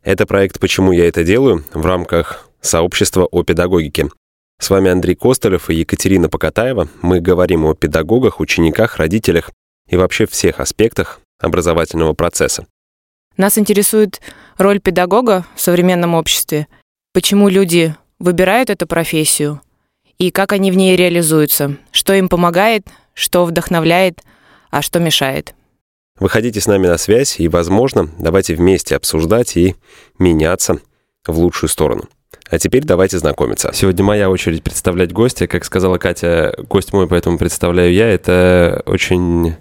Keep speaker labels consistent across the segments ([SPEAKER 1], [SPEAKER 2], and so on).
[SPEAKER 1] Это проект «Почему я это делаю» в рамках сообщества о педагогике. С вами Андрей Костылев и Екатерина Покатаева. Мы говорим о педагогах, учениках, родителях и вообще всех аспектах образовательного процесса.
[SPEAKER 2] Нас интересует роль педагога в современном обществе, почему люди выбирают эту профессию и как они в ней реализуются, что им помогает, что вдохновляет, а что мешает.
[SPEAKER 1] Выходите с нами на связь и, возможно, давайте вместе обсуждать и меняться в лучшую сторону. А теперь давайте знакомиться. Сегодня моя очередь представлять гостя. Как сказала Катя, гость мой, поэтому представляю я. Это очень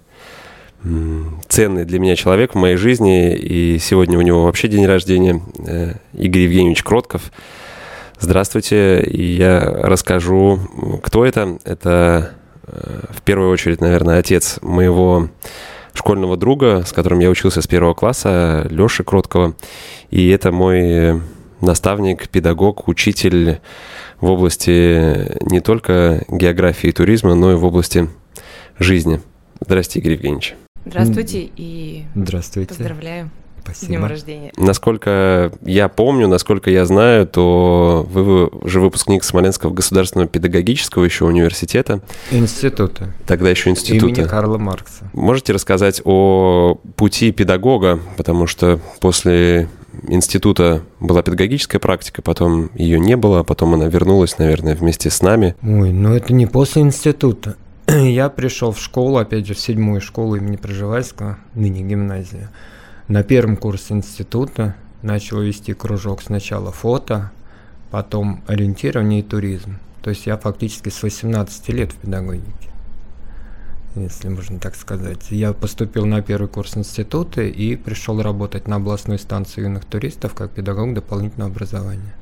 [SPEAKER 1] ценный для меня человек в моей жизни. И сегодня у него вообще день рождения. Игорь Евгеньевич Кротков. Здравствуйте. И я расскажу, кто это. Это в первую очередь, наверное, отец моего школьного друга, с которым я учился с 1 класса, Лёши Кроткова. И это мой наставник, педагог, учитель в области не только географии и туризма, но и в области жизни. Здравствуйте, Игорь Евгеньевич.
[SPEAKER 2] Здравствуйте и
[SPEAKER 3] Здравствуйте.
[SPEAKER 2] Поздравляю.
[SPEAKER 3] Спасибо.
[SPEAKER 2] С днем рождения.
[SPEAKER 1] Насколько я помню, насколько я знаю, то вы же выпускник Смоленского государственного педагогического еще университета.
[SPEAKER 3] Института.
[SPEAKER 1] Тогда еще института.
[SPEAKER 3] Имени Карла Маркса.
[SPEAKER 1] Можете рассказать о пути педагога, потому что после института была педагогическая практика, потом ее не было, а потом она вернулась, наверное, вместе с нами.
[SPEAKER 3] Ой, это не после института. Я пришел в школу, опять же, в 7-ю школу имени Пржевальского, ныне гимназия. На первом курсе института начал вести кружок сначала фото, потом ориентирование и туризм. То есть я фактически с 18 лет в педагогике, если можно так сказать. Я поступил на первый курс института и пришел работать на областной станции юных туристов как педагог дополнительного образования.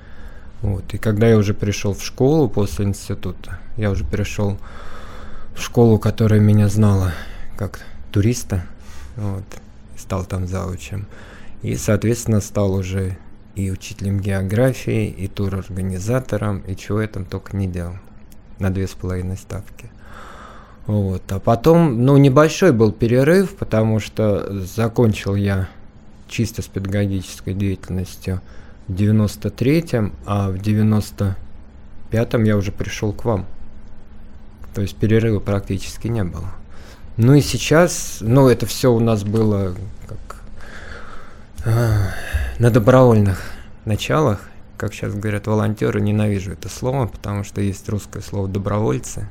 [SPEAKER 3] И когда я уже пришел в школу после института, я уже перешел в школу, которая меня знала как туриста, стал там заучем. И, соответственно, стал уже и учителем географии, и турорганизатором, и чего я там только не делал. На 2,5 ставки. А потом, небольшой был перерыв, потому что закончил я чисто с педагогической деятельностью в 93-м, а в 95-м я уже пришел к вам. То есть перерыва практически не было. И сейчас, это все у нас было как на добровольных началах. Как сейчас говорят волонтеры, ненавижу это слово, потому что есть русское слово «добровольцы».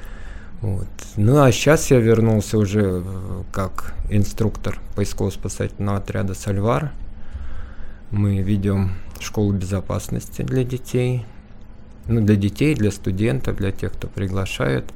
[SPEAKER 3] А сейчас я вернулся уже как инструктор поисково-спасательного отряда «Сальвар». Мы ведем школу безопасности для детей. Для детей, для студентов, для тех, кто приглашает.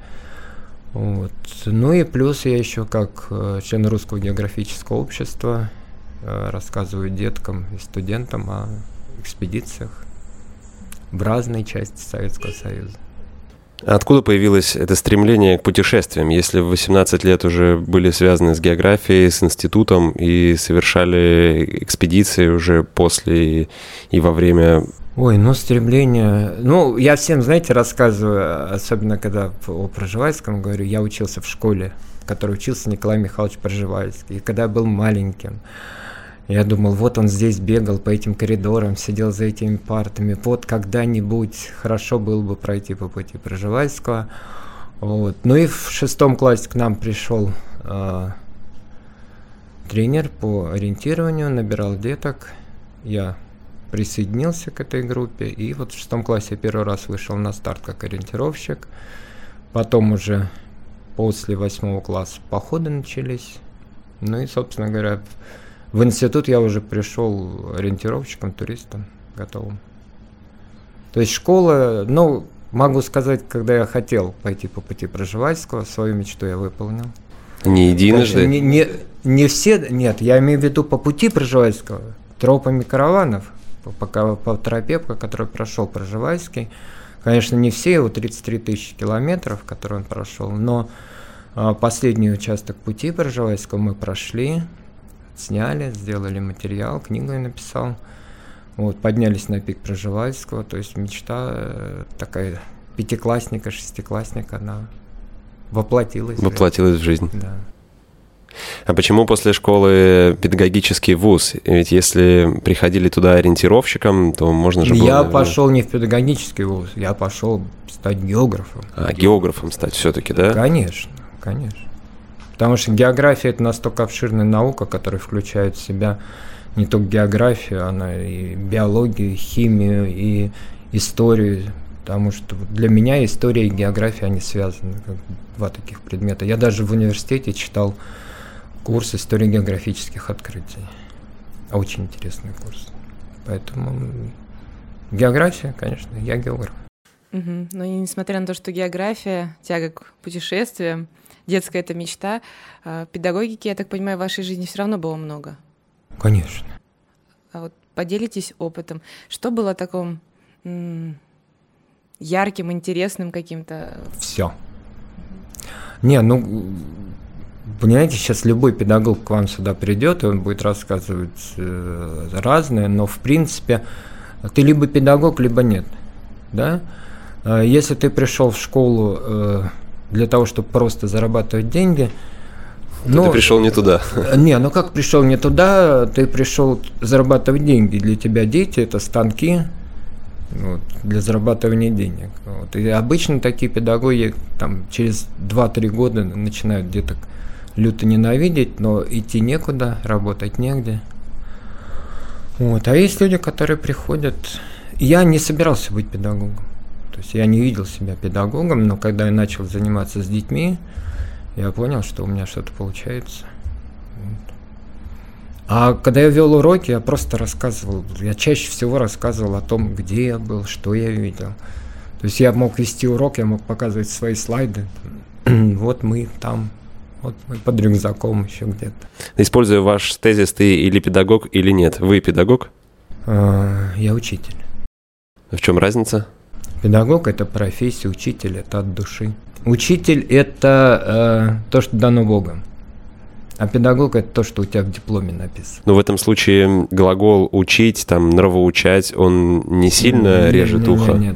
[SPEAKER 3] И плюс я еще как член Русского географического общества рассказываю деткам и студентам о экспедициях в разные части Советского Союза.
[SPEAKER 1] Откуда появилось это стремление к путешествиям, если в 18 лет уже были связаны с географией, с институтом и совершали экспедиции уже после и во время?
[SPEAKER 3] Стремление... я всем, рассказываю, особенно когда о Пржевальском говорю, я учился в школе, в которой учился Николай Михайлович Пржевальский. И когда я был маленьким, я думал, он здесь бегал по этим коридорам, сидел за этими партами, когда-нибудь хорошо было бы пройти по пути Пржевальского. И в 6 классе к нам пришел тренер по ориентированию, набирал деток, я присоединился к этой группе, и в 6 классе я первый раз вышел на старт как ориентировщик. Потом уже после 8 класса походы начались. И, собственно говоря, в институт я уже пришел ориентировщиком, туристом, готовым. То есть школа, могу сказать, когда я хотел пойти по пути Пржевальского, свою мечту я выполнил.
[SPEAKER 1] Не единожды?
[SPEAKER 3] Не все, нет, я имею в виду по пути Пржевальского, тропами караванов, по тропе, по которой прошел Пржевальский. Конечно, не все его 33 тысячи километров, которые он прошел, но последний участок пути Пржевальского мы прошли, сняли, сделали материал, книгу я написал. Поднялись на пик Пржевальского, то есть мечта такая 5-классника, 6-классника, она воплотилась.
[SPEAKER 1] Воплотилась в жизнь.
[SPEAKER 3] Да.
[SPEAKER 1] А почему после школы педагогический вуз? Ведь если приходили туда ориентировщиком, то можно же было...
[SPEAKER 3] Я пошел не в педагогический вуз, я пошел стать географом.
[SPEAKER 1] Географом стать все-таки, да?
[SPEAKER 3] Конечно, конечно. Потому что география – это настолько обширная наука, которая включает в себя не только географию, она и биологию, и химию, и историю. Потому что для меня история и география, они связаны, как два таких предмета. Я даже в университете читал курс истории географических открытий. Очень интересный курс. Поэтому география, конечно, я географ.
[SPEAKER 2] Но несмотря на то, что география, тяга к путешествиям, детская это мечта, педагогики, я так понимаю, в вашей жизни все равно было много.
[SPEAKER 3] Конечно.
[SPEAKER 2] А вот поделитесь опытом. Что было таким ярким, интересным каким-то?
[SPEAKER 3] Все. Не, понимаете, сейчас любой педагог к вам сюда придет, и он будет рассказывать разное, но в принципе ты либо педагог, либо нет, да? Если ты пришел в школу для того, чтобы просто зарабатывать деньги,
[SPEAKER 1] ты пришел не туда.
[SPEAKER 3] Как пришел не туда, ты пришел зарабатывать деньги. Для тебя дети – это станки для зарабатывания денег. И обычно такие педагоги там, через 2-3 года начинают деток люто ненавидеть, но идти некуда, работать негде. А есть люди, которые приходят... Я не собирался быть педагогом. То есть я не видел себя педагогом, но когда я начал заниматься с детьми, я понял, что у меня что-то получается. А когда я вел уроки, я просто рассказывал. Я чаще всего рассказывал о том, где я был, что я видел. То есть я мог вести урок, я мог показывать свои слайды. Вот мы там, вот мы под рюкзаком еще где-то.
[SPEAKER 1] Используя ваш тезис, ты или педагог, или нет. Вы педагог?
[SPEAKER 3] Я учитель.
[SPEAKER 1] В чем разница?
[SPEAKER 3] Педагог – это профессия, учитель – это от души. Учитель – это то, что дано Богом. А педагог – это то, что у тебя в дипломе написано.
[SPEAKER 1] Но в этом случае глагол «учить», там, «нравоучать», он не сильно режет ухо?
[SPEAKER 3] Нет.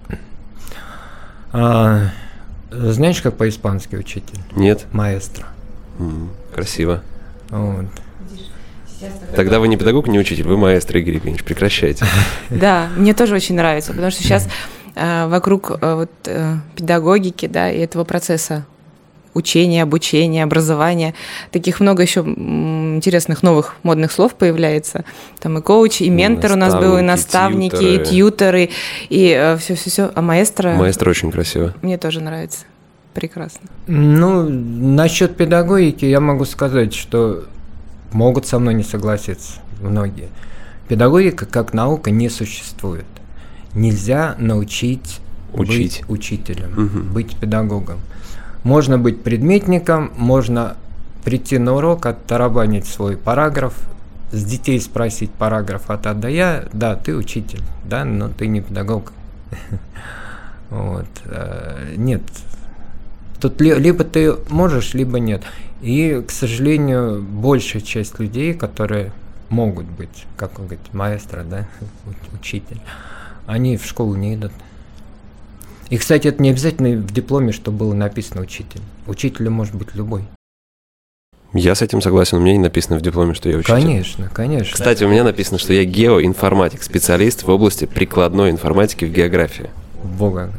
[SPEAKER 3] Знаешь, как по-испански учитель?
[SPEAKER 1] Нет.
[SPEAKER 3] Маэстро.
[SPEAKER 1] Красиво.
[SPEAKER 3] Вот.
[SPEAKER 1] Тогда вы не педагог, не учитель, вы маэстро, Игорь Евгеньевич, прекращайте.
[SPEAKER 2] Да, мне тоже очень нравится, потому что сейчас вокруг педагогики, да, и этого процесса учения, обучения, образования, таких много еще интересных новых модных слов появляется. Там и коуч, и ментор у нас был, и наставники, и тьюторы, и все. А маэстро...
[SPEAKER 1] Маэстро очень красиво.
[SPEAKER 2] Мне тоже нравится. Прекрасно.
[SPEAKER 3] Насчет педагогики я могу сказать, что могут со мной не согласиться многие. Педагогика как наука не существует. Нельзя научить быть учителем, быть педагогом. Можно быть предметником, можно прийти на урок, оттарабанить свой параграф, с детей спросить параграф от А до Я. Да, ты учитель, да, но ты не педагог. Нет. Тут либо ты можешь, либо нет. И, к сожалению, большая часть людей, которые могут быть, как он говорит, маэстро, да, учитель, они в школу не идут. И, кстати, это не обязательно в дипломе, что было написано учитель. Учителем может быть любой.
[SPEAKER 1] Я с этим согласен, у меня не написано в дипломе, что я учитель.
[SPEAKER 3] Конечно.
[SPEAKER 1] Кстати, у меня написано, что я геоинформатик, специалист в области прикладной информатики в географии.
[SPEAKER 3] Бога.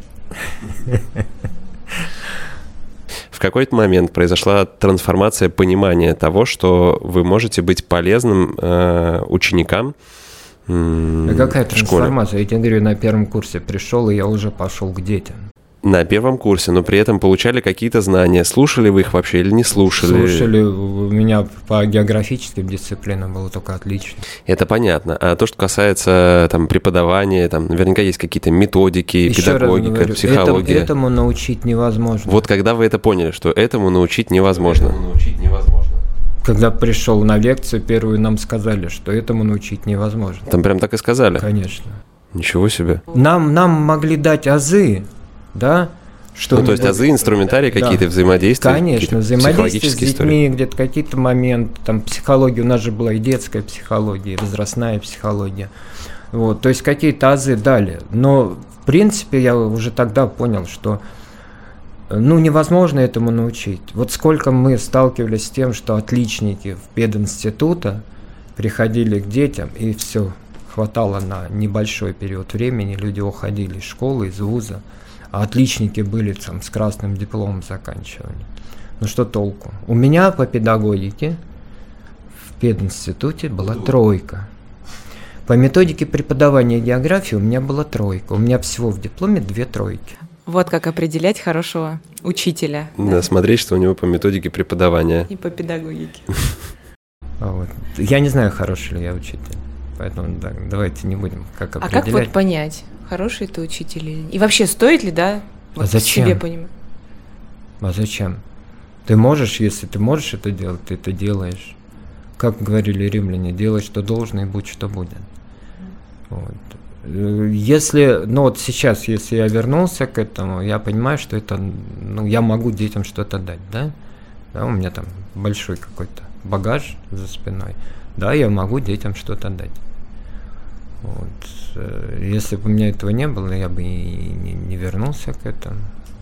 [SPEAKER 1] В какой-то момент произошла трансформация понимания того, что вы можете быть полезным ученикам
[SPEAKER 3] в какая трансформация? Я тебе говорю, на первом курсе пришел, и я уже пошел к детям.
[SPEAKER 1] На первом курсе, но при этом получали какие-то знания. Слушали вы их вообще или не слушали?
[SPEAKER 3] Слушали. У меня по географическим дисциплинам было только отлично.
[SPEAKER 1] Это понятно. А то, что касается там, преподавания, там наверняка есть какие-то методики, еще педагогика, психология.
[SPEAKER 3] Этому научить невозможно.
[SPEAKER 1] Вот когда вы это поняли, что этому научить невозможно?
[SPEAKER 3] Когда пришел на лекцию первую, нам сказали, что этому научить невозможно.
[SPEAKER 1] Там прям так и сказали?
[SPEAKER 3] Конечно.
[SPEAKER 1] Ничего себе.
[SPEAKER 3] Нам могли дать азы, да?
[SPEAKER 1] Что то есть азы, инструментарии, какие-то взаимодействия?
[SPEAKER 3] Конечно, взаимодействие с детьми, где-то какие-то моменты, там психология, у нас же была и детская психология, и возрастная психология. То есть какие-то азы дали. Но, в принципе, я уже тогда понял, что невозможно этому научить. Вот сколько мы сталкивались с тем, что отличники в пединститута приходили к детям, и все, хватало на небольшой период времени, люди уходили из школы, из вуза, а отличники были там с красным дипломом заканчивали. Ну что толку? У меня по педагогике в пединституте была 3. По методике преподавания географии у меня была 3. У меня всего в дипломе 2 тройки.
[SPEAKER 2] Вот как определять хорошего учителя.
[SPEAKER 1] Да, смотреть, что у него по методике преподавания.
[SPEAKER 2] И по педагогике.
[SPEAKER 3] Вот. Я не знаю, хороший ли я учитель. Поэтому давайте не будем как определять.
[SPEAKER 2] А как вот понять, хороший ты учитель или нет? И вообще стоит ли,
[SPEAKER 3] Вот зачем?
[SPEAKER 2] Себе понимать?
[SPEAKER 3] А зачем? Ты можешь, если ты можешь это делать, ты это делаешь. Как говорили римляне, делай, что должно, и будь, что будет. Вот. Если, вот сейчас, если я вернулся к этому, я понимаю, что это, я могу детям что-то дать, да? У меня там большой какой-то багаж за спиной, да, я могу детям что-то дать. Вот. Если бы у меня этого не было, я бы и не вернулся к этому.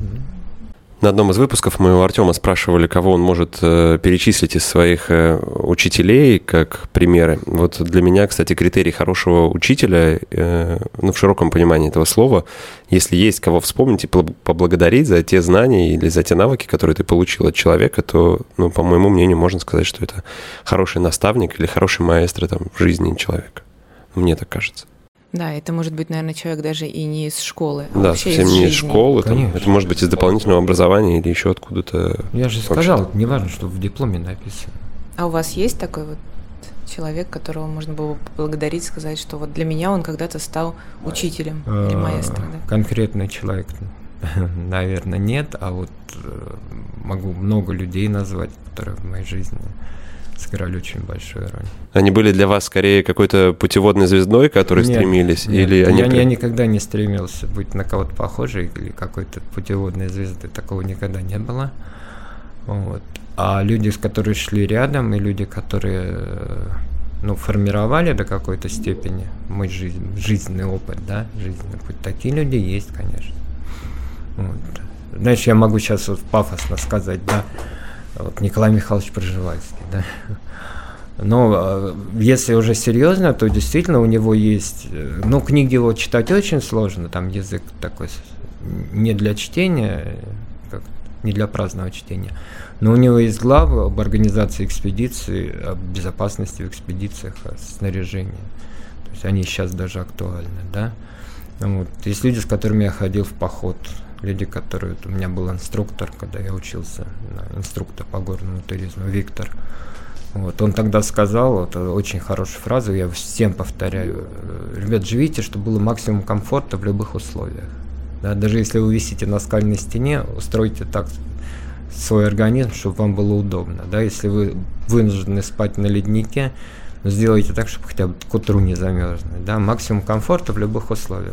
[SPEAKER 1] На одном из выпусков мы у Артема спрашивали, кого он может перечислить из своих учителей как примеры. Вот для меня, кстати, критерий хорошего учителя, в широком понимании этого слова, если есть кого вспомнить и поблагодарить за те знания или за те навыки, которые ты получил от человека, то, по моему мнению, можно сказать, что это хороший наставник или хороший маэстро там, в жизни человека. Мне так кажется.
[SPEAKER 2] Да, это может быть, наверное, человек даже и не из школы, а
[SPEAKER 1] да,
[SPEAKER 2] вообще
[SPEAKER 1] совсем
[SPEAKER 2] из
[SPEAKER 1] не
[SPEAKER 2] жизни.
[SPEAKER 1] из школы, это может быть из дополнительного образования или еще откуда-то.
[SPEAKER 3] Я же сказал, не важно, что в дипломе написано.
[SPEAKER 2] А у вас есть такой вот человек, которого можно было поблагодарить, сказать, что вот для меня он когда-то стал учителем или маэстро? Да?
[SPEAKER 3] Конкретный человек, наверное, нет, а вот могу много людей назвать, которые в моей жизни сыграли очень большую роль.
[SPEAKER 1] Они были для вас скорее какой-то путеводной звездой, к которой стремились?
[SPEAKER 3] Нет,
[SPEAKER 1] или они...
[SPEAKER 3] я никогда не стремился быть на кого-то похожей или какой-то путеводной звезды, такого никогда не было. Вот. А люди, которые шли рядом, и люди, которые формировали до какой-то степени мой жизненный опыт, да, жизненный путь, такие люди есть, конечно. Вот. Знаешь, я могу сейчас вот пафосно сказать, да, вот Николай Михайлович Пржевальский, да. Но если уже серьезно, то действительно у него есть, книги его читать очень сложно, там язык такой не для чтения, не для праздного чтения, но у него есть главы об организации экспедиции, об безопасности в экспедициях, о снаряжении. То есть они сейчас даже актуальны, да. Вот. Есть люди, с которыми я ходил в поход, люди, которые... У меня был инструктор, когда я учился, инструктор по горному туризму, Виктор. Вот, он тогда сказал, это очень хорошую фразу, я всем повторяю: ребят, живите, чтобы было максимум комфорта в любых условиях. Да, даже если вы висите на скальной стене, устройте так свой организм, чтобы вам было удобно. Да, если вы вынуждены спать на леднике, сделайте так, чтобы хотя бы к утру не замерзнуть. Да, максимум комфорта в любых условиях.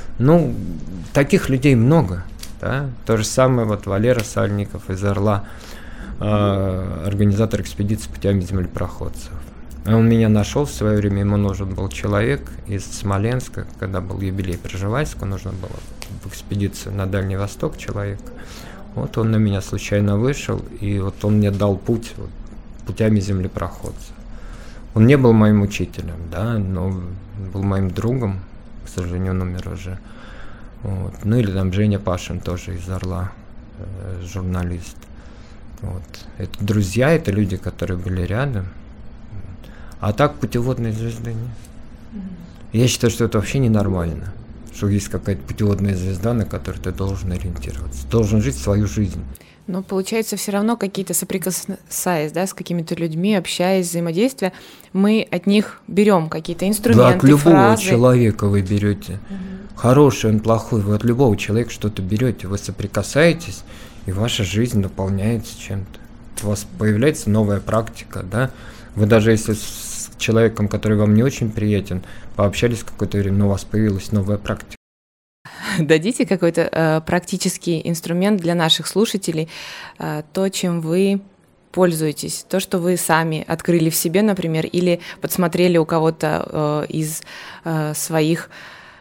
[SPEAKER 3] Таких людей много. Да? То же самое вот Валера Сальников из Орла, организатор экспедиции путями землепроходцев. Он меня нашел в свое время, ему нужен был человек из Смоленска, когда был юбилей Пржевальского, нужно было в экспедицию на Дальний Восток человек. Вот он на меня случайно вышел, и вот он мне дал путь путями землепроходцев. Он не был моим учителем, да, но был моим другом, к сожалению, он умер уже. Вот. Или там Женя Пашин тоже из Орла, журналист. Вот. Это друзья, это люди, которые были рядом. А так путеводной звезды нет. Я считаю, что это вообще ненормально, что есть какая-то путеводная звезда, на которую ты должен ориентироваться. Должен жить свою жизнь.
[SPEAKER 2] Но получается, все равно какие-то соприкасаясь, да, с какими-то людьми, общаясь, взаимодействия, мы от них берем какие-то инструменты,
[SPEAKER 3] да, от любого
[SPEAKER 2] фразы.
[SPEAKER 3] Человека вы берете. Хороший он, плохой, вы от любого человека что-то берете, вы соприкасаетесь, и ваша жизнь наполняется чем-то. У вас появляется новая практика, да. Вы даже если с человеком, который вам не очень приятен, пообщались какое-то время, но у вас появилась новая практика.
[SPEAKER 2] Дадите какой-то практический инструмент для наших слушателей, то, чем вы пользуетесь, то, что вы сами открыли в себе, например, или подсмотрели у кого-то из своих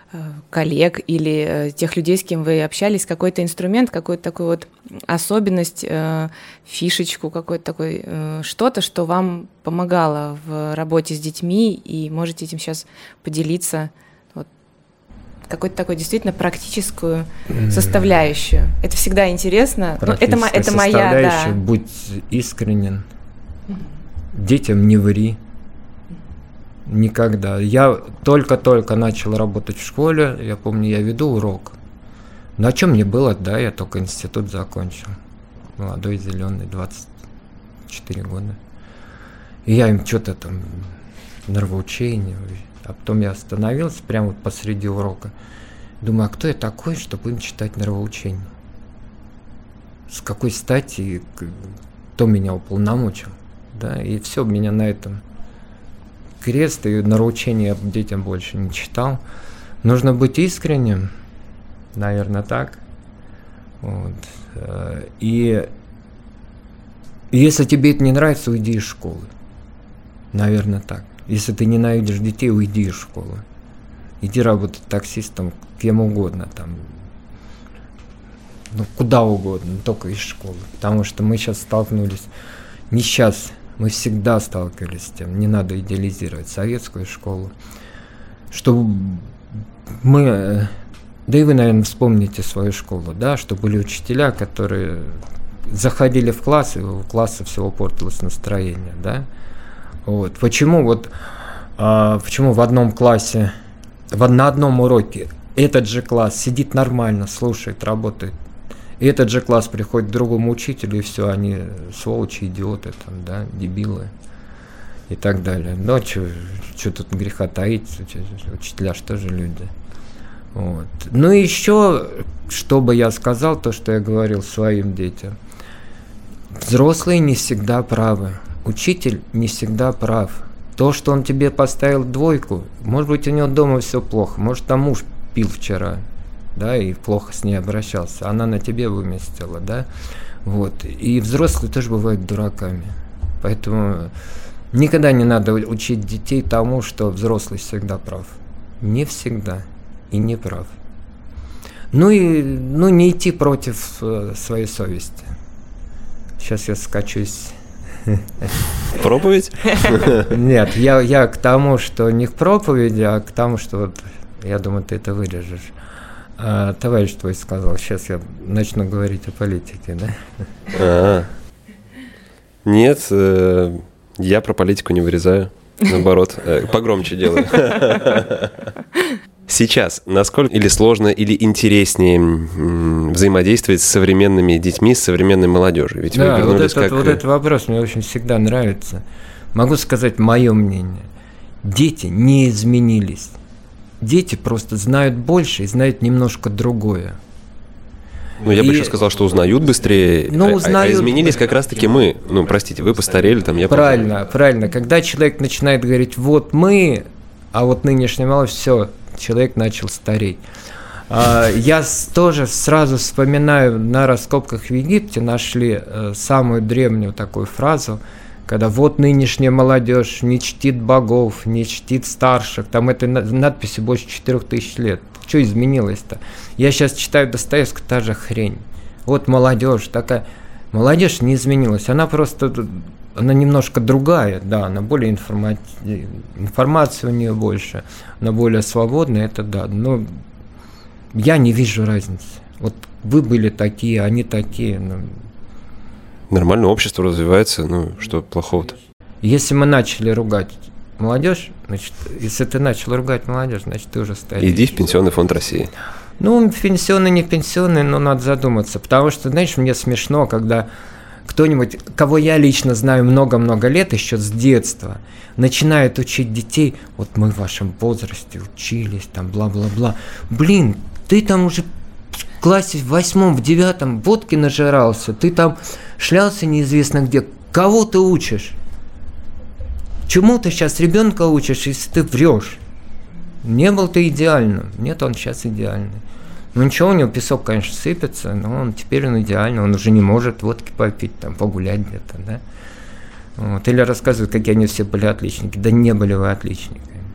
[SPEAKER 2] коллег или тех людей, с кем вы общались, какой-то инструмент, какую-то такую вот особенность, фишечку, какой-то такой что-то, что вам помогало в работе с детьми, и можете этим сейчас поделиться, вот, какой-то такой действительно практическую составляющую. Это всегда интересно. Ну, это моя, да.
[SPEAKER 3] Будь искренен. Детям не ври. Никогда. Я только-только начал работать в школе, я помню, я веду урок. На чем мне было, да, я только институт закончил. Молодой, зеленый, 24 года. И я им что-то там, нравоучение. А потом я остановился прямо вот посреди урока. Думаю, а кто я такой, чтобы им читать нравоучение? С какой стати, кто меня уполномочил? Да, и все, меня на этом крест, и нравоучения я детям больше не читал. Нужно быть искренним, наверное, так. Вот. И если тебе это не нравится, уйди из школы. Наверное, так. Если ты ненавидишь детей, уйди из школы. Иди работать таксистом, кем угодно, там, ну, куда угодно, только из школы. Потому что мы сейчас столкнулись, не сейчас, мы всегда сталкивались с тем, не надо идеализировать советскую школу, что мы, да и вы, наверное, вспомните свою школу, да, что были учителя, которые заходили в класс, и у класса всего портилось настроение, да. Вот. Почему в одном классе, на одном уроке этот же класс сидит нормально, слушает, работает, и этот же класс приходит к другому учителю, и все, они сволочи, идиоты, там, да, дебилы и так далее. Но что тут греха таить, учителя же тоже люди. Вот. Ну и еще, что бы я сказал, то, что я говорил своим детям. Взрослые не всегда правы, учитель не всегда прав. То, что он тебе поставил 2, может быть, у него дома все плохо, может, там муж пил вчера, да, и плохо с ней обращался, она на тебе выместила, да, вот, и взрослые тоже бывают дураками, поэтому никогда не надо учить детей тому, что взрослый всегда прав, не всегда и не прав, ну не идти против своей совести. Сейчас я скачусь.
[SPEAKER 1] Проповедь?
[SPEAKER 3] Нет, я к тому, что не к проповеди, а к тому, что вот, я думаю, ты это вырежешь. Товарищ твой сказал, сейчас я начну говорить о политике, да?
[SPEAKER 1] Нет, я про политику не вырезаю, наоборот, погромче делаю. Сейчас насколько или сложно, или интереснее взаимодействовать с современными детьми, с современной молодежью? Ведь
[SPEAKER 3] да, вот этот вопрос мне очень всегда нравится. Могу сказать мое мнение. Дети не изменились. Дети просто знают больше и знают немножко другое.
[SPEAKER 1] Ну, я бы еще сказал, что узнают быстрее, а изменились как раз-таки мы. Ну, простите, вы постарели, там, я...
[SPEAKER 3] Правильно. Когда человек начинает говорить, вот мы, а вот нынешняя молодежь, все, человек начал стареть. Я тоже сразу вспоминаю, на раскопках в Египте нашли самую древнюю такую фразу, когда вот нынешняя молодежь не чтит богов, не чтит старших, там этой надписи больше 4000 лет. Что изменилось-то? Я сейчас читаю Достоевского, та же хрень. Вот молодежь такая. Молодежь не изменилась, она немножко другая, да, она более информации у нее больше, она более свободная, это да, но я не вижу разницы. Вот вы были такие, они такие.
[SPEAKER 1] Нормально, общество развивается, ну, что плохого-то?
[SPEAKER 3] Если мы начали ругать молодежь, значит, если ты начал ругать молодежь, значит, ты уже стареешь.
[SPEAKER 1] Иди в Пенсионный фонд России.
[SPEAKER 3] Ну, пенсионный, не пенсионный, но надо задуматься, потому что, знаешь, мне смешно, когда кто-нибудь, кого я лично знаю много-много лет, еще с детства, начинает учить детей, вот мы в вашем возрасте учились, там, бла-бла-бла. Блин, ты там уже в классе в 8, в 9 водки нажирался, ты там шлялся неизвестно где. Кого ты учишь? Чему ты сейчас ребенка учишь, если ты врешь? Не был ты идеальным. Нет, он сейчас идеальный. Ну ничего, у него песок, конечно, сыпется, но теперь он идеальный, он уже не может водки попить, там, погулять где-то, да. Вот. Или рассказывают, какие они все были отличники. Да не были вы отличниками.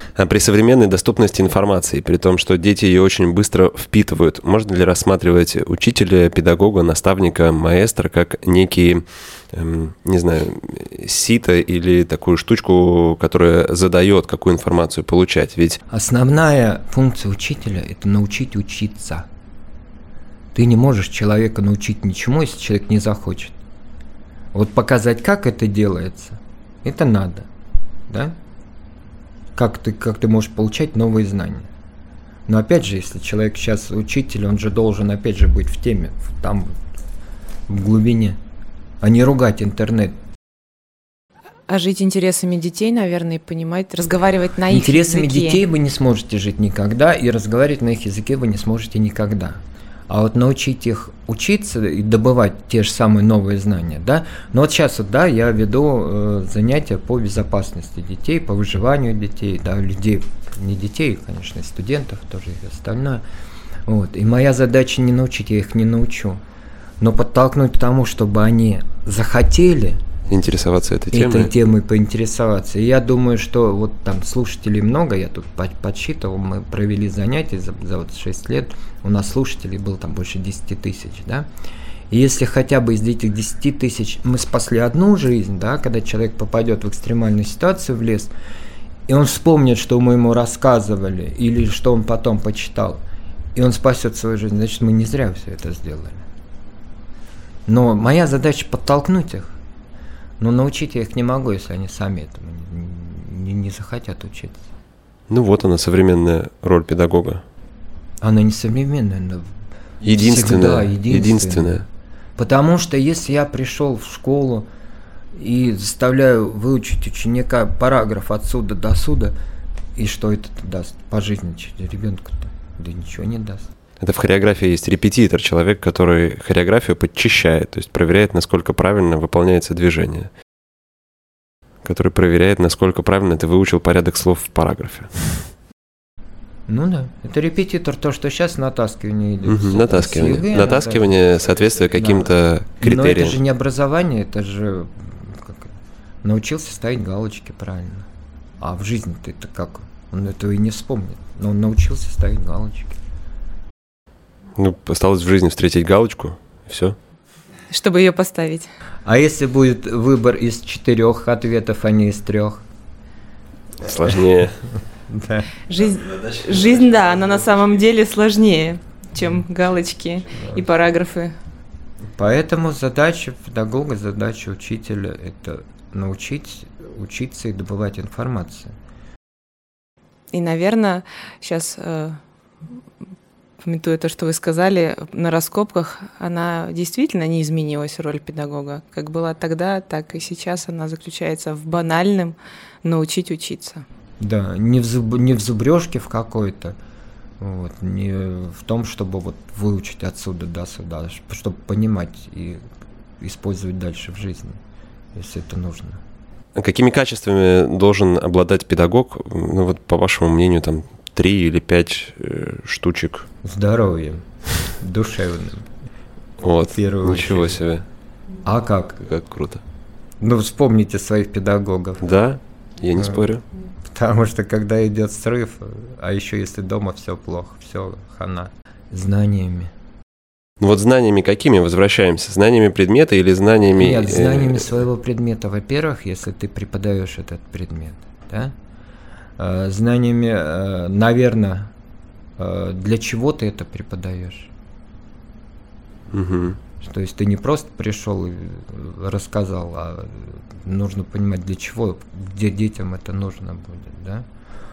[SPEAKER 1] А при современной доступности информации, при том, что дети ее очень быстро впитывают, можно ли рассматривать учителя, педагога, наставника, маэстро как некие, не знаю, сито или такую штучку, которая задает, какую информацию получать? Ведь
[SPEAKER 3] основная функция учителя – это научить учиться. Ты не можешь человека научить ничему, если человек не захочет. Вот показать, как это делается, это надо, да? Как ты можешь получать новые знания. Но опять же, если человек сейчас учитель, он же должен опять же быть в теме, там, в глубине, а не ругать интернет.
[SPEAKER 2] А жить интересами детей, наверное, и понимать, разговаривать на их языке.
[SPEAKER 3] Интересами детей вы не сможете жить никогда, и разговаривать на их языке вы не сможете никогда. А вот научить их учиться и добывать те же самые новые знания, да. Но вот сейчас вот, да, я веду занятия по безопасности детей, по выживанию детей, да, людей, не детей, конечно, и студентов тоже и остальное. Вот. И моя задача не научить, я их не научу, но подтолкнуть к тому, чтобы они захотели
[SPEAKER 1] интересоваться этой
[SPEAKER 3] темой поинтересоваться. И я думаю, что вот там слушателей много, я тут подсчитывал, мы провели занятия за вот 6 лет, у нас слушателей было там больше 10 тысяч, да. И если хотя бы из этих 10 тысяч мы спасли одну жизнь, да, когда человек попадет в экстремальную ситуацию в лес, и он вспомнит, что мы ему рассказывали, или что он потом почитал, и он спасет свою жизнь, значит, мы не зря все это сделали. Но моя задача подтолкнуть их. Но научить я их не могу, если они сами этому не захотят учиться.
[SPEAKER 1] Ну вот она, современная роль педагога.
[SPEAKER 3] Она не современная, но
[SPEAKER 1] единственная.
[SPEAKER 3] Потому что если я пришел в школу и заставляю выучить ученика параграф отсюда до сюда, и что это даст по жизни ребенку-то? Да ничего не даст.
[SPEAKER 1] Это в хореографии есть репетитор, человек, который хореографию подчищает, то есть проверяет, насколько правильно выполняется движение, который проверяет, насколько правильно ты выучил порядок слов в параграфе.
[SPEAKER 3] Ну да, это репетитор, то, что сейчас натаскивание идет.
[SPEAKER 1] Натаскивание. Натаскивание, соответствие каким-то критериям.
[SPEAKER 3] Но это же не образование, это же научился ставить галочки правильно. А в жизни-то это как? Он этого и не вспомнит, но он научился ставить галочки.
[SPEAKER 1] Ну, осталось в жизни встретить галочку, и все.
[SPEAKER 2] Чтобы ее поставить.
[SPEAKER 3] А если будет выбор из 4 ответов, а не из 3?
[SPEAKER 1] Сложнее.
[SPEAKER 2] Жизнь, да, она на самом деле сложнее, чем галочки и параграфы.
[SPEAKER 3] Поэтому задача педагога, задача учителя – это научить учиться и добывать информацию.
[SPEAKER 2] И, наверное, сейчас... Памятуя то, что вы сказали, на раскопках она действительно не изменилась, роль педагога. Как была тогда, так и сейчас она заключается в банальном научить учиться.
[SPEAKER 3] Да, не в зубрежке в какой-то, вот, не в том, чтобы вот выучить отсюда до сюда, чтобы понимать и использовать дальше в жизни, если это нужно.
[SPEAKER 1] А какими качествами должен обладать педагог, ну вот по вашему мнению, там 3 или 5 штучек?
[SPEAKER 3] Здоровьем, душевным.
[SPEAKER 1] Вот, ничего себе.
[SPEAKER 3] А как?
[SPEAKER 1] Как круто.
[SPEAKER 3] Ну, вспомните своих педагогов.
[SPEAKER 1] Да, я не спорю.
[SPEAKER 3] Потому что когда идет срыв, а еще если дома все плохо, все хана. Знаниями.
[SPEAKER 1] Ну вот знаниями какими возвращаемся? Знаниями предмета или знаниями...
[SPEAKER 3] Нет, знаниями своего предмета. Во-первых, если ты преподаешь этот предмет, да? Знаниями, наверное, для чего ты это преподаешь.
[SPEAKER 1] Угу.
[SPEAKER 3] То есть ты не просто пришел и рассказал, а нужно понимать, для чего, где детям это нужно будет, да?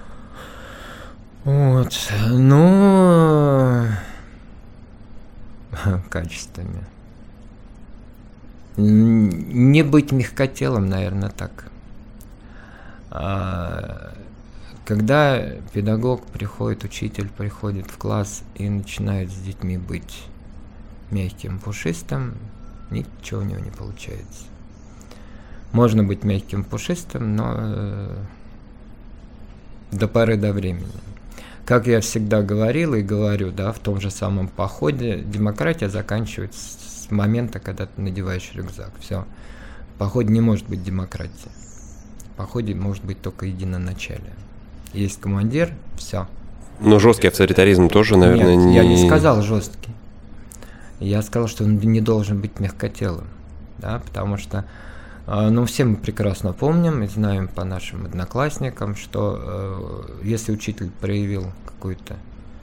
[SPEAKER 3] Вот, ну, качествами. Не быть мягкотелым, наверное, так. Когда педагог приходит, учитель приходит в класс и начинает с детьми быть мягким, пушистым, ничего у него не получается. Можно быть мягким, пушистым, но до поры до времени. Как я всегда говорил и говорю, да, в том же самом походе, демократия заканчивается с момента, когда ты надеваешь рюкзак. Все. В походе не может быть демократии. В походе может быть только единоначалие. Есть командир, все.
[SPEAKER 1] Но жесткий авторитаризм тоже, наверное,
[SPEAKER 3] Нет,
[SPEAKER 1] не...
[SPEAKER 3] я не сказал жесткий. Я сказал, что он не должен быть мягкотелым, да, потому что, ну, все мы прекрасно помним и знаем по нашим одноклассникам, что если учитель проявил какую-то,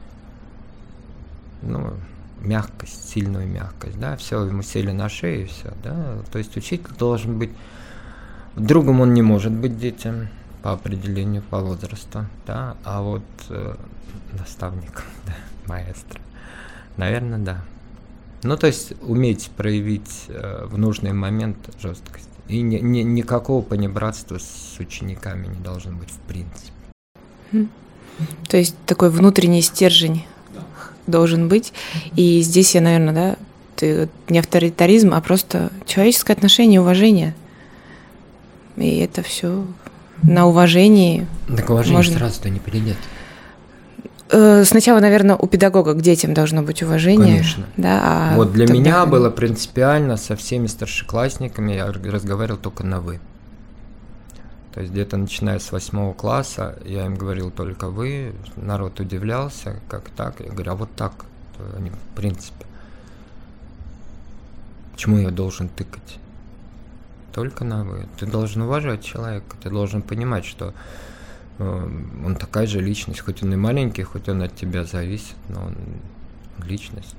[SPEAKER 3] ну, мягкость, сильную мягкость, да, все, ему сели на шею, и все, да, то есть учитель должен быть, другом он не может быть детям по определению, по возрасту, да, а вот наставником, да, маэстро, наверное, да. Ну, то есть уметь проявить в нужный момент жесткость. И никакого понебратства с учениками не должно быть в принципе.
[SPEAKER 2] То есть такой внутренний стержень должен быть. И здесь я, наверное, да, не авторитаризм, а просто человеческое отношение, уважение. И это все на уважении.
[SPEAKER 3] Так уважение можно... сразу-то не перейдет.
[SPEAKER 2] Сначала, наверное, у педагога к детям должно быть уважение.
[SPEAKER 3] Конечно.
[SPEAKER 2] Да,
[SPEAKER 3] вот для меня было принципиально со всеми старшеклассниками, я разговаривал только на «вы». То есть где-то начиная с 8 класса я им говорил только «вы», народ удивлялся, как так? Я говорю, а вот так, они в принципе. Почему я должен тыкать? Только на «вы». Ты должен уважать человека, ты должен понимать, что он такая же личность, хоть он и маленький, хоть он от тебя зависит, но он личность.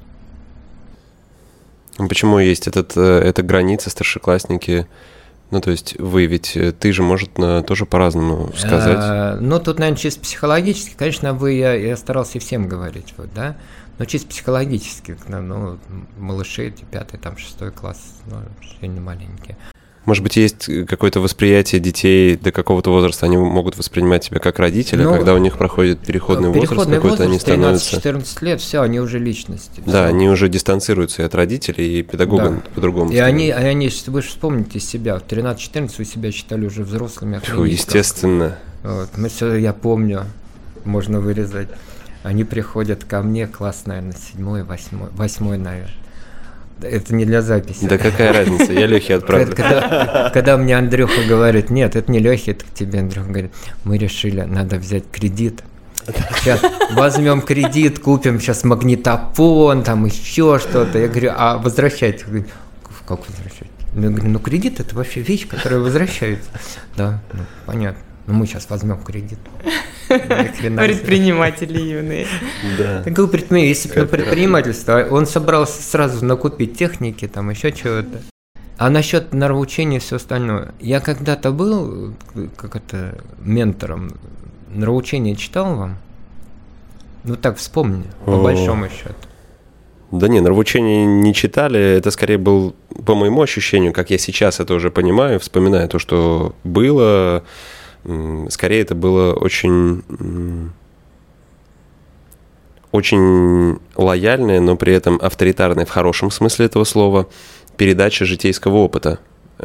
[SPEAKER 1] Почему есть эта граница, старшеклассники? Ну, то есть вы ведь, ты же, может, тоже по-разному сказать.
[SPEAKER 3] Ну, тут, наверное, чисто психологически, конечно, я старался всем говорить, вот, да, но чисто психологически, ну, малыши, 5-й, там, 6 класс, ну, сильно маленькие.
[SPEAKER 1] Может быть, есть какое-то восприятие детей до какого-то возраста, они могут воспринимать тебя как родителя, когда у них проходит переходный возраст какой-то, они становятся...
[SPEAKER 3] 13-14 лет, все, они уже личности.
[SPEAKER 1] Да, они уже дистанцируются и от родителей, и педагога по-другому.
[SPEAKER 3] И они, вы же вспомните себя, в 13-14 вы себя считали уже взрослыми.
[SPEAKER 1] Естественно.
[SPEAKER 3] Вот, я помню, можно вырезать. Они приходят ко мне, класс, наверное, 7-й, 8-й, наверное. Это не для записи.
[SPEAKER 1] Да какая разница, я Лёхе отправлю.
[SPEAKER 3] Когда мне Андрюха говорит, нет, это не Лёхе, это к тебе, Андрюха говорит, мы решили, надо взять кредит. Сейчас возьмем кредит, купим сейчас магнитофон, там еще что-то. Я говорю, а возвращайте? Как возвращать? Я говорю, ну кредит это вообще вещь, которая возвращается. Да, ну, понятно. Ну мы сейчас возьмем кредит.
[SPEAKER 2] Предприниматели юные.
[SPEAKER 1] Да.
[SPEAKER 3] Такой предприниматель, если бы на предпринимательство, он собрался сразу накупить техники, там еще чего-то. А насчет нравоучения и все остальное. Я когда-то был ментором. Нравоучение читал вам? Ну так вспомни, по большому счету.
[SPEAKER 1] Да не, нравоучение не читали, это скорее был, по моему ощущению, как я сейчас это уже понимаю, вспоминая то, что было, скорее это было очень лояльное, но при этом авторитарное в хорошем смысле этого слова передача житейского опыта.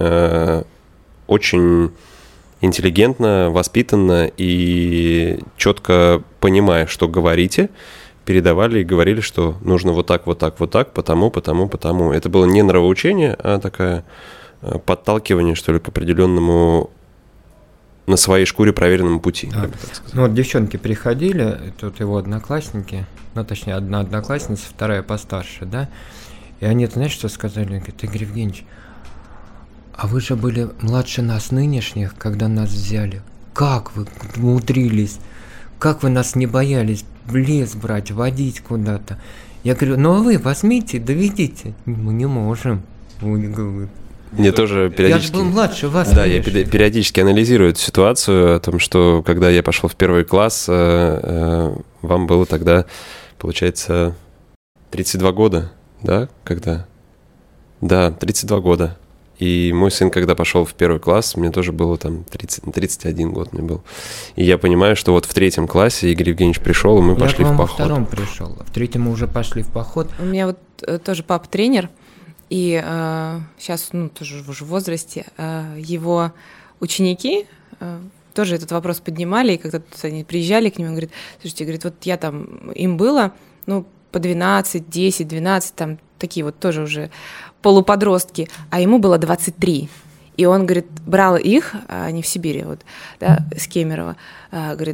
[SPEAKER 1] Очень интеллигентно, воспитанно и четко понимая, что говорите, передавали и говорили, что нужно вот так, потому. Это было не нравоучение, а такое подталкивание, что ли, к определенному на своей шкуре проверенному пути.
[SPEAKER 3] Да. Ну вот девчонки приходили, тут его одноклассники, ну точнее одна одноклассница, вторая постарше, да, и они, знаешь, что сказали? Они говорят, Игорь Евгеньевич, а вы же были младше нас нынешних, когда нас взяли. Как вы умудрились? Как вы нас не боялись в лес брать, водить куда-то? Я говорю, ну а вы возьмите, доведите. Мы не можем.
[SPEAKER 1] Мне тоже периодически...
[SPEAKER 3] Я же был младше вас.
[SPEAKER 1] Да, я периодически анализирую эту ситуацию о том, что когда я пошел в первый класс, вам было тогда, получается, 32 года, да? Когда? Да, 32 года. И мой сын, когда пошел в первый класс, мне тоже было там 31 год мне был. И я понимаю, что вот в 3 классе Игорь Евгеньевич пришел, и мы пошли в поход.
[SPEAKER 3] Я, во 2 пришел, а в 3 мы уже пошли в поход.
[SPEAKER 2] У меня вот тоже папа тренер, и сейчас, тоже уже в возрасте, его ученики тоже этот вопрос поднимали, и когда они приезжали к нему, он говорит, слушайте, говорит, вот я там, им было, по 12, 10, 12, там такие вот тоже уже полуподростки, а ему было 23. И он, говорит, брал их, они в Сибири, вот, да, с Кемерово, говорит,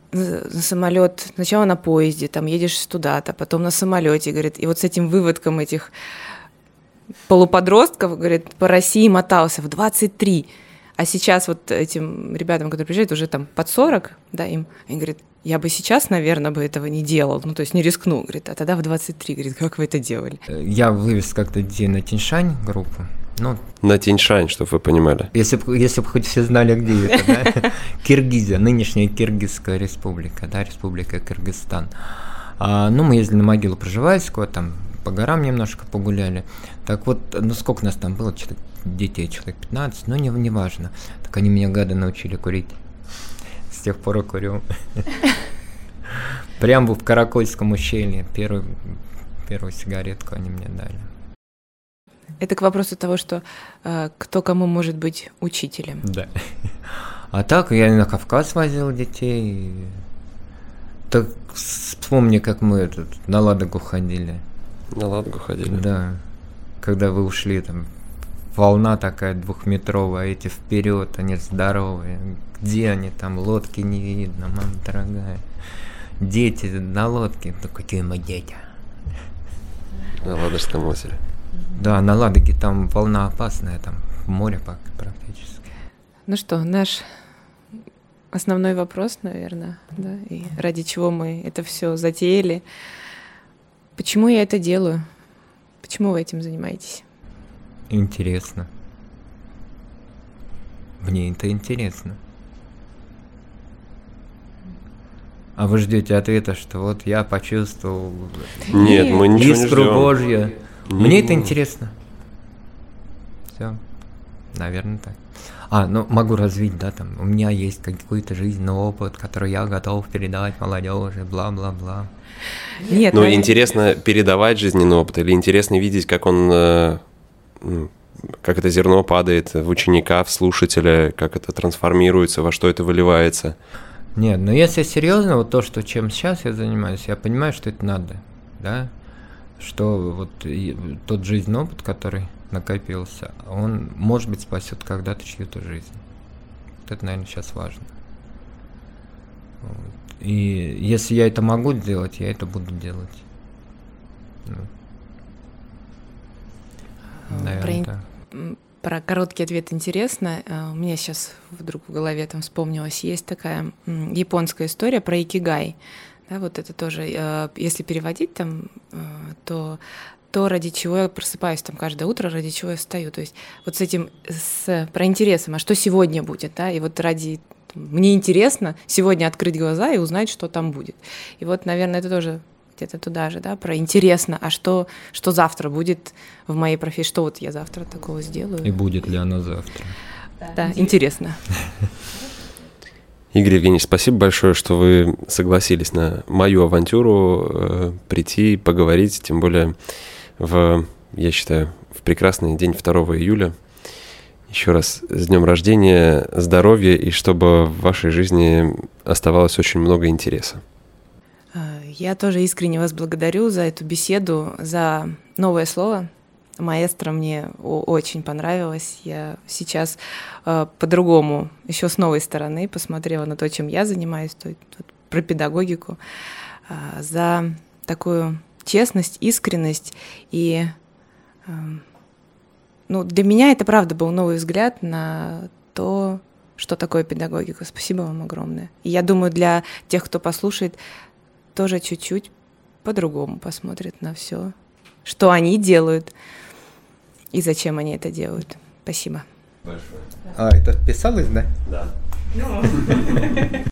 [SPEAKER 2] на самолет, сначала на поезде, там едешь туда-то, потом на самолете, говорит, и вот с этим выводком этих полуподростков, говорит, по России мотался в 23. А сейчас вот этим ребятам, которые приезжают, уже там под 40, да, им, они говорят, я бы сейчас, наверное, бы этого не делал, ну, то есть не рискнул, говорит, а тогда в 23, говорит, как вы это делали?
[SPEAKER 3] Я вывез как-то детей на Тяньшань группу. Ну,
[SPEAKER 1] На Тяньшань, чтобы вы понимали.
[SPEAKER 3] если бы хоть все знали, где это, да? Киргизия, нынешняя Киргизская республика, да, республика Кыргызстан. Ну, мы ездили на могилу Пржевальского, там по горам немножко погуляли. Так вот, ну сколько нас там было, детей, человек 15, но не важно. Так они меня, гады, научили курить. С тех пор я курю. Прям в Каракольском ущелье первую сигаретку они мне дали.
[SPEAKER 2] Это к вопросу того, что кто кому может быть учителем.
[SPEAKER 3] Да. А так я на Кавказ возил детей. Так вспомни, как мы на Ладогу ходили.
[SPEAKER 1] На Ладогу ходили?
[SPEAKER 3] Да. Когда вы ушли, там волна такая 2-метровая, эти вперед, они здоровые. Где они там? Лодки не видно, мама дорогая. Дети на лодке. Ну какие мы дети?
[SPEAKER 1] На Ладожском озере.
[SPEAKER 3] Да, на Ладоге там волна опасная, там море практически.
[SPEAKER 2] Ну что, наш основной вопрос, наверное, да, и ради чего мы это все затеяли. Почему я это делаю? Почему вы этим занимаетесь?
[SPEAKER 3] Интересно. Мне это интересно. А вы ждете ответа, что вот я почувствовал
[SPEAKER 1] Нет, мы ничего не
[SPEAKER 3] искру
[SPEAKER 1] ждем.
[SPEAKER 3] Божью. Мне это интересно. Все. Наверное, так. Ну могу развить, да, там. У меня есть какой-то жизненный опыт, который я готов передавать молодежи, бла-бла-бла.
[SPEAKER 2] Нет,
[SPEAKER 1] Ну, интересно передавать жизненный опыт или интересно видеть, как он, как это зерно падает в ученика, в слушателя, как это трансформируется, во что это выливается.
[SPEAKER 3] Нет, но если серьезно, вот то, чем сейчас я занимаюсь, я понимаю, что это надо, да, что вот тот жизненный опыт, который накопился, он, может быть, спасет когда-то чью-то жизнь. Вот это, наверное, сейчас важно. Вот. И если я это могу делать, я это буду делать. Наверное, так.
[SPEAKER 2] Про короткий ответ интересно. У меня сейчас вдруг в голове там вспомнилось, есть такая японская история про икигай. Да, вот это тоже, если переводить там, то ради чего я просыпаюсь там каждое утро, ради чего я встаю. То есть вот с этим, про интересом, а что сегодня будет, да, и вот мне интересно сегодня открыть глаза и узнать, что там будет. И вот, наверное, это тоже где-то туда же, да, про интересно, а что завтра будет в моей профессии, что вот я завтра такого сделаю.
[SPEAKER 3] И будет ли оно завтра.
[SPEAKER 2] Да, интересно.
[SPEAKER 1] Игорь Евгеньевич, спасибо большое, что вы согласились на мою авантюру прийти, поговорить, тем более я считаю, в прекрасный день 2 июля. Еще раз с днем рождения, здоровья и чтобы в вашей жизни оставалось очень много интереса.
[SPEAKER 2] Я тоже искренне вас благодарю за эту беседу, за новое слово. Маэстро мне очень понравилось. Я сейчас по-другому, еще с новой стороны посмотрела на то, чем я занимаюсь, про педагогику, за такую честность, искренность. И для меня это правда был новый взгляд на то, что такое педагогика. Спасибо вам огромное. И я думаю, для тех, кто послушает, тоже чуть-чуть по-другому посмотрят на все, что они делают и зачем они это делают. Спасибо.
[SPEAKER 1] Большое.
[SPEAKER 3] Это вписалось, да?
[SPEAKER 1] Да.